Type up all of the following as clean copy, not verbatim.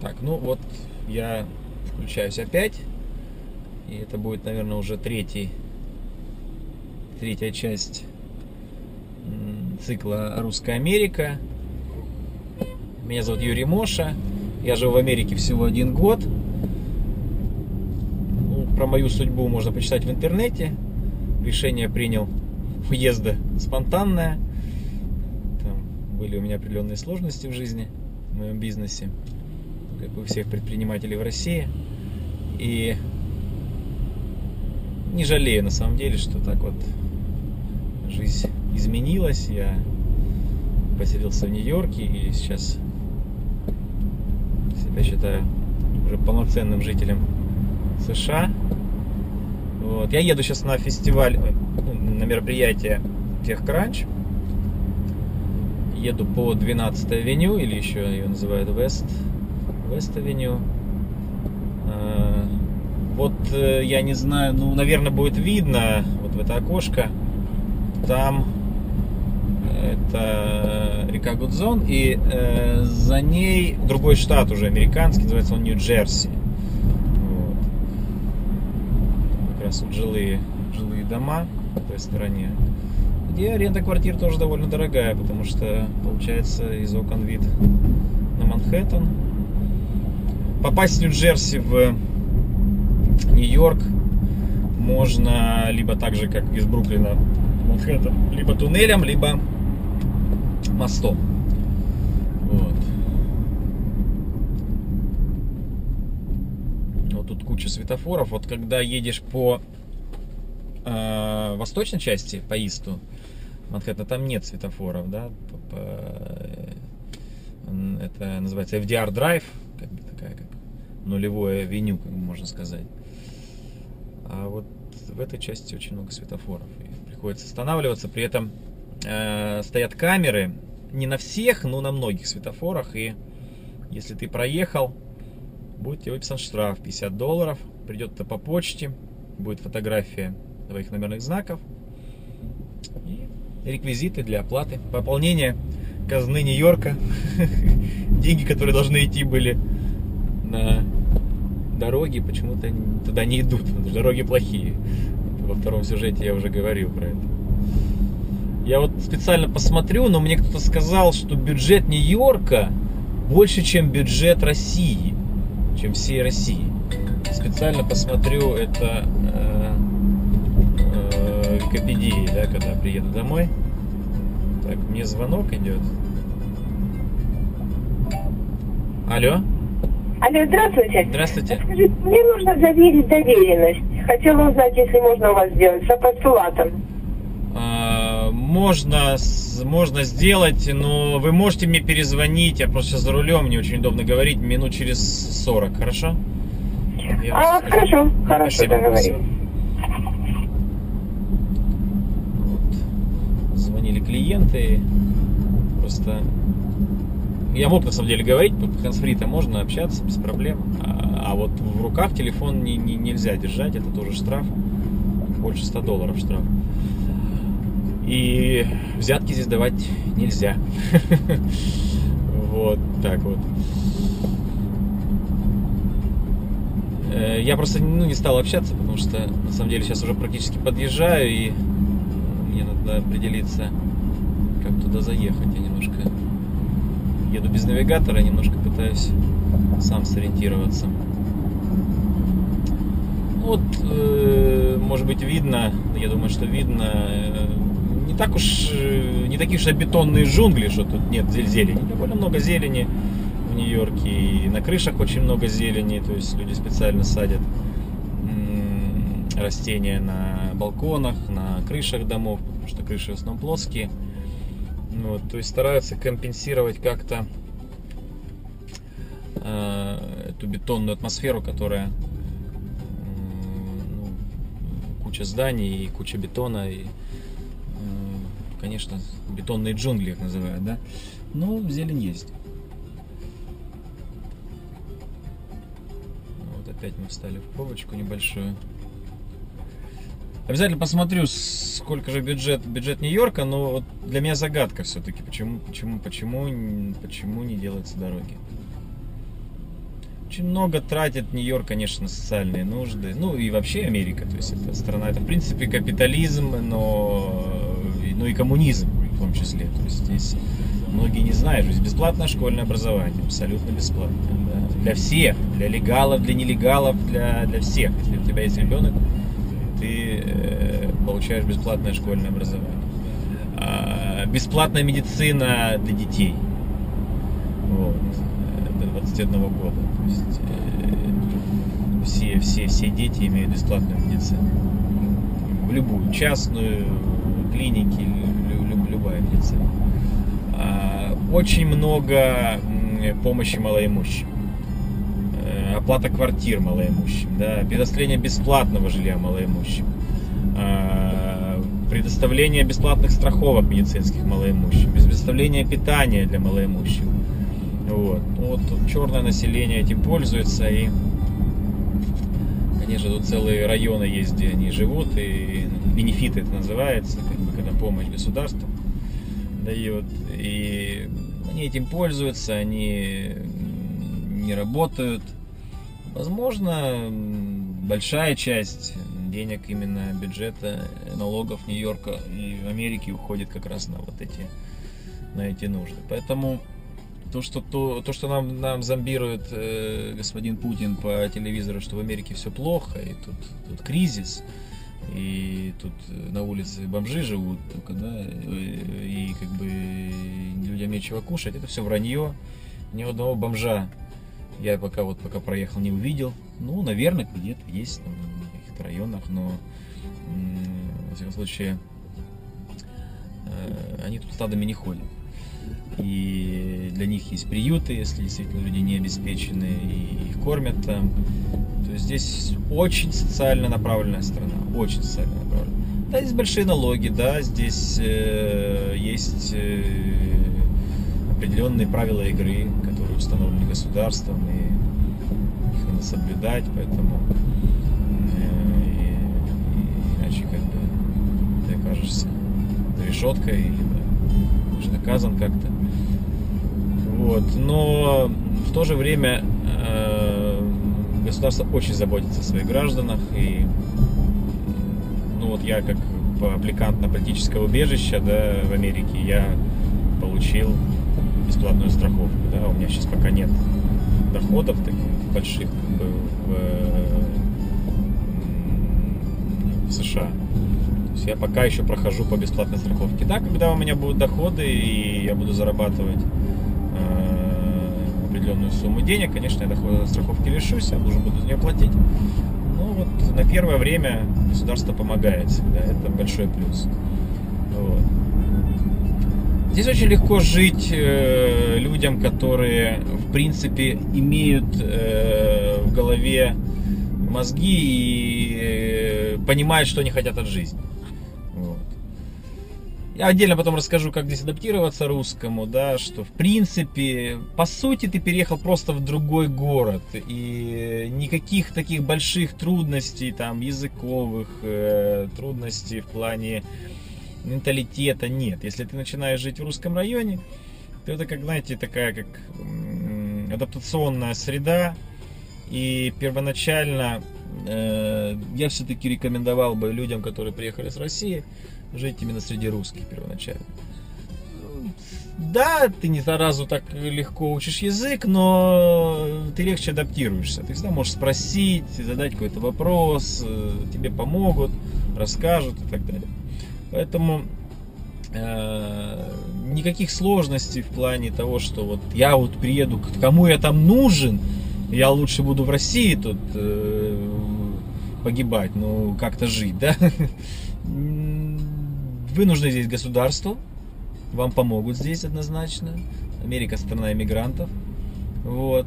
Так, ну вот я включаюсь опять. И это будет, наверное, уже третья часть цикла «Русская Америка». Меня зовут Юрий Моша. Я живу в Америке всего 1 год. Ну, про мою судьбу можно почитать в интернете. Решение принял уезда спонтанное. Там были у меня определенные сложности в жизни, в моем бизнесе, как у всех предпринимателей в России. И не жалею на самом деле, что так вот жизнь изменилась. Я поселился в Нью-Йорке и сейчас себя считаю уже полноценным жителем США. Вот. Я еду сейчас на фестиваль, на мероприятие TechCrunch. Еду по 12-й авеню, или еще ее называют West Avenue. Вот я не знаю, ну, наверное, будет видно вот в это окошко. Там это река Гудзон, и за ней другой штат уже американский, называется он Нью-Джерси. Вот. Как раз вот жилые дома в той стороне, где аренда квартир тоже довольно дорогая, потому что получается из окон вид на Манхэттен. Попасть в Нью-Джерси в Нью-Йорк можно либо так же, как из Бруклина в Манхэттен, либо туннелем, либо мостом. Вот. Вот тут куча светофоров. Вот когда едешь по восточной части, по исту Манхэттена, там нет светофоров, да? Это называется FDR Drive, как бы такая как нулевое авеню, как можно сказать. А вот в этой части очень много светофоров. И приходится останавливаться. При этом стоят камеры не на всех, но на многих светофорах. И если ты проехал, будет тебе выписан штраф $50. Придет это по почте. Будет фотография твоих номерных знаков и реквизиты для оплаты. Пополнение казны Нью-Йорка. Деньги, которые должны идти были на дороги, почему-то туда не идут. Дороги плохие. Во втором сюжете я уже говорил про это. Я вот специально посмотрю, но мне кто-то сказал, что бюджет Нью-Йорка больше, чем бюджет России, чем всей России. Специально посмотрю это в Википедии, да, когда приеду домой. Так, мне звонок идет. Алло. Алло, здравствуйте. Здравствуйте. Скажите, мне нужно заверить доверенность. Хотела узнать, если можно у вас сделать с апостолатом. Можно сделать, но вы можете мне перезвонить. Я просто сейчас за рулем, мне очень удобно говорить. Минут через 40, хорошо? Хорошо, договорились. Вот. Звонили клиенты. Просто я мог на самом деле говорить, по хансфри-то можно общаться без проблем. А вот в руках телефон нельзя держать, это тоже штраф. Больше $100 штраф. И взятки здесь давать нельзя. Вот так вот. Я просто не стал общаться, потому что на самом деле сейчас уже практически подъезжаю, и мне надо определиться, как туда заехать. Я немножко еду без навигатора, немножко пытаюсь сам сориентироваться. Вот, может быть, видно, я думаю, что видно, не такие уж бетонные джунгли, что тут нет зелени. Довольно много зелени в Нью-Йорке, и на крышах очень много зелени, то есть люди специально садят растения на балконах, на крышах домов, потому что крыши в основном плоские. Вот, то есть стараются компенсировать как-то эту бетонную атмосферу, которая куча зданий и куча бетона, и, конечно, бетонные джунгли их называют, да? Но зелень есть. Вот опять мы встали в пробочку небольшую. Обязательно посмотрю, сколько же бюджет Нью-Йорка, но вот для меня загадка все-таки, почему не делаются дороги. Очень много тратит Нью-Йорк, конечно, на социальные нужды. Ну и вообще Америка. То есть это страна, это в принципе капитализм, но и коммунизм в том числе. То есть здесь многие не знают, что здесь бесплатное школьное образование, абсолютно бесплатное. Да? Для всех, для легалов, для нелегалов, для всех. Если у тебя есть ребенок, ты получаешь бесплатное школьное образование. Бесплатная медицина для детей. Вот. До 21 года. То есть, все дети имеют бесплатную медицину. В любую, частную, клиники, любая медицина. Очень много помощи малоимущим. Оплата квартир малоимущим. Да, предоставление бесплатного жилья малоимущим. Предоставление бесплатных страховок медицинских малоимущим. Предоставление питания для малоимущих. Вот черное население этим пользуется, и, конечно, тут целые районы есть, где они живут, и бенефиты это называется, когда помощь государству дает, и они этим пользуются, они не работают. Возможно, большая часть денег именно бюджета налогов Нью-Йорка и Америки уходит как раз на эти нужды. Поэтому то, что нам зомбирует господин Путин по телевизору, что в Америке все плохо, и тут кризис, и тут на улице бомжи живут только, да, и как бы людям нечего кушать, это все вранье. Ни одного бомжа я пока проехал, не увидел. Ну, наверное, где-то есть в каких-то районах, но во всяком случае они тут стадами не ходят. И для них есть приюты, если действительно люди не обеспечены, и их кормят там. То есть здесь очень социально направленная страна, очень социально направленная. Да, здесь большие налоги, да, здесь есть определенные правила игры, которые установлены государством, и их надо соблюдать, поэтому иначе как бы ты окажешься за решеткой, либо будешь наказан как-то. Вот. Но в то же время государство очень заботится о своих гражданах, и я как аппликант на политическое убежище, да, в Америке, я получил бесплатную страховку, да, у меня сейчас пока нет доходов таких больших как бы, в США. То есть я пока еще прохожу по бесплатной страховке. Да, когда у меня будут доходы и я буду зарабатывать определенную сумму денег, конечно, я дохода страховки лишусь, я должен буду за нее платить. Но вот на первое время государство помогает всегда, это большой плюс. Вот. Здесь очень легко жить людям, которые, в принципе, имеют в голове мозги и понимают, что они хотят от жизни. Вот. Я отдельно потом расскажу, как здесь адаптироваться русскому, да, что, в принципе, по сути, ты переехал просто в другой город, и никаких таких больших трудностей, там, языковых, трудностей в плане менталитета нет. Если ты начинаешь жить в русском районе, то это, как, знаете, такая как адаптационная среда. И первоначально я все-таки рекомендовал бы людям, которые приехали с России, жить именно среди русских первоначально. Да, ты не сразу так легко учишь язык, но ты легче адаптируешься. Ты всегда можешь спросить, задать какой-то вопрос, тебе помогут, расскажут и так далее. Поэтому никаких сложностей в плане того, что вот я вот приеду, кому я там нужен, я лучше буду в России тут погибать, ну как-то жить, да? Вы нужны здесь государству, вам помогут здесь однозначно. Америка страна иммигрантов, вот.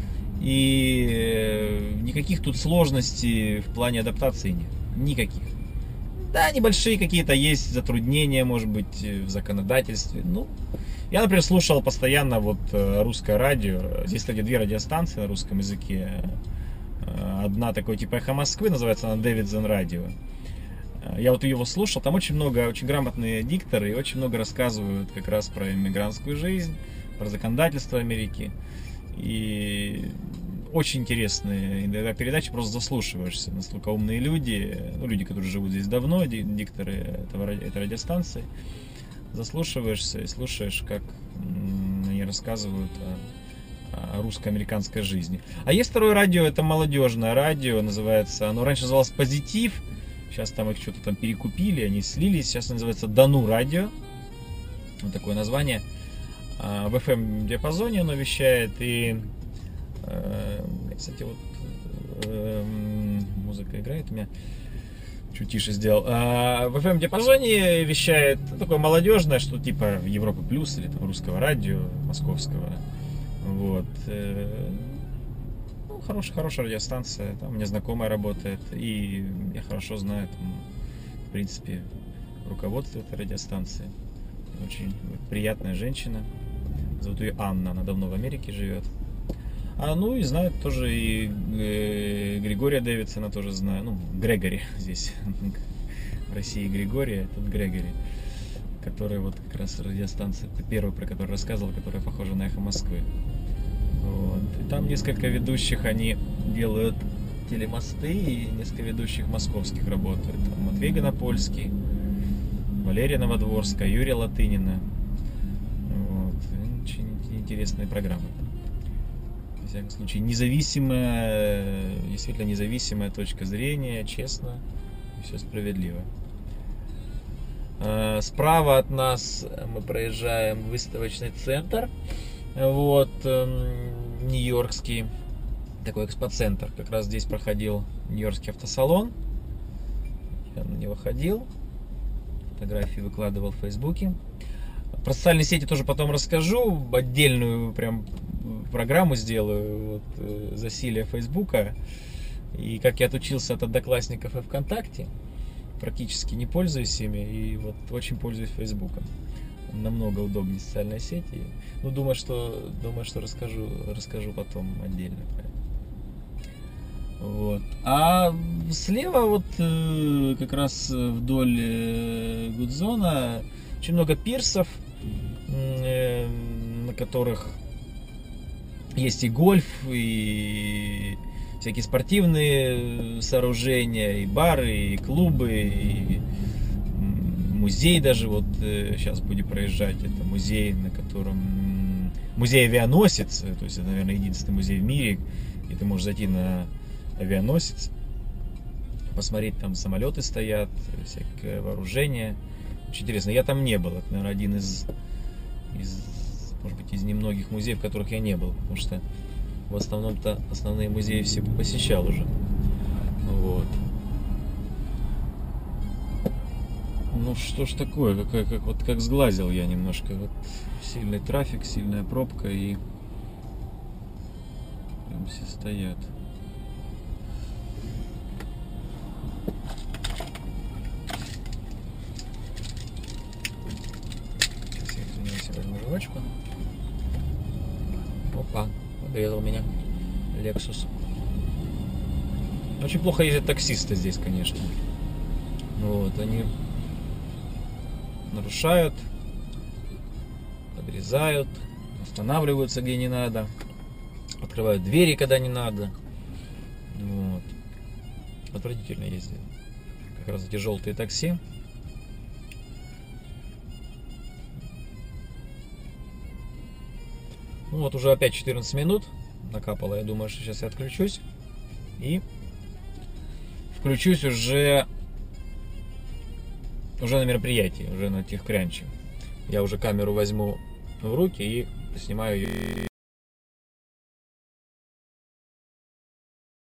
И никаких тут сложностей в плане адаптации нет, никаких. Да, небольшие какие-то есть затруднения, может быть, в законодательстве. Ну, я, например, слушал постоянно вот русское радио. Здесь, кстати, 2 радиостанции на русском языке. Одна такой типа «Эхо Москвы», называется она «Дэвидсон радио». Я вот его слушал, там очень много, очень грамотные дикторы и очень много рассказывают как раз про иммигрантскую жизнь, про законодательство Америки. И очень интересные иногда передачи, просто заслушиваешься. Настолько умные люди, ну, люди, которые живут здесь давно, дикторы этой радиостанции. Заслушиваешься и слушаешь, как они рассказывают о русско-американской жизни. А есть второе радио, это молодежное радио, называется, оно раньше называлось «Позитив», сейчас там их что-то там перекупили, они слились, сейчас называется «Дону радио», вот такое название. В FM-диапазоне оно вещает, и, кстати, вот музыка играет у меня, чуть тише сделал. В FM-диапазоне вещает такое молодежное, что типа Европы Плюс или там русского радио, московского. Вот. Ну, хорошая радиостанция, там у меня знакомая работает, и я хорошо знаю, там, в принципе, руководство этой радиостанции. Очень приятная женщина. Зовут ее Анна, она давно в Америке живет. Ну и знают тоже и Григория Дэвидсона тоже знаю. Ну, Грегори здесь. В России Григорий, а тут Грегори. Который вот как раз радиостанция, первый, про который рассказывал, которая похожа на «Эхо Москвы». Вот. И там несколько ведущих, они делают телемосты, и несколько ведущих московских работают. Там Матвей Гонопольский, Валерия Новодворская, Юрия Латынина. Вот. Очень интересные программы. В всяком случае, независимая, действительно независимая точка зрения, честно и все справедливо. Справа от нас мы проезжаем выставочный центр, вот, нью-йоркский, такой экспоцентр. Как раз здесь проходил нью-йоркский автосалон. Я на него ходил, фотографии выкладывал в Фейсбуке. Про социальные сети тоже потом расскажу, отдельную прям программу сделаю, вот, засилие Фейсбука, и как я отучился от одноклассников и ВКонтакте. Практически не пользуюсь ими, и вот очень пользуюсь Фейсбуком. Намного удобнее социальной сети. Ну, думаю, что расскажу потом отдельно про это. Вот. А слева вот как раз вдоль Гудзона очень много пирсов, на которых есть и гольф, и всякие спортивные сооружения, и бары, и клубы, и музей даже вот сейчас будем проезжать. Это музей, на котором музей авианосец, то есть это, наверное, единственный музей в мире, где ты можешь зайти на авианосец, посмотреть, там самолеты стоят, всякое вооружение. Очень интересно. Я там не был. Это, наверное, один из может быть, из немногих музеев, в которых я не был, потому что в основном-то основные музеи все посещал уже. Вот. Ну что ж такое, как сглазил я немножко. Вот сильный трафик, сильная пробка, и прям все стоят. Сейчас я извиняюсь, возьму жвачку. Опа, подрезал меня Lexus. Очень плохо ездят таксисты здесь, конечно. Вот, они нарушают, подрезают, останавливаются где не надо, открывают двери, когда не надо. Вот. Отвратительно ездят. Как раз эти желтые такси. Ну вот уже опять 14 минут накапало. Я думаю, что сейчас я отключусь и включусь уже на мероприятии, уже на Техкрянче. Я уже камеру возьму в руки и снимаю ее.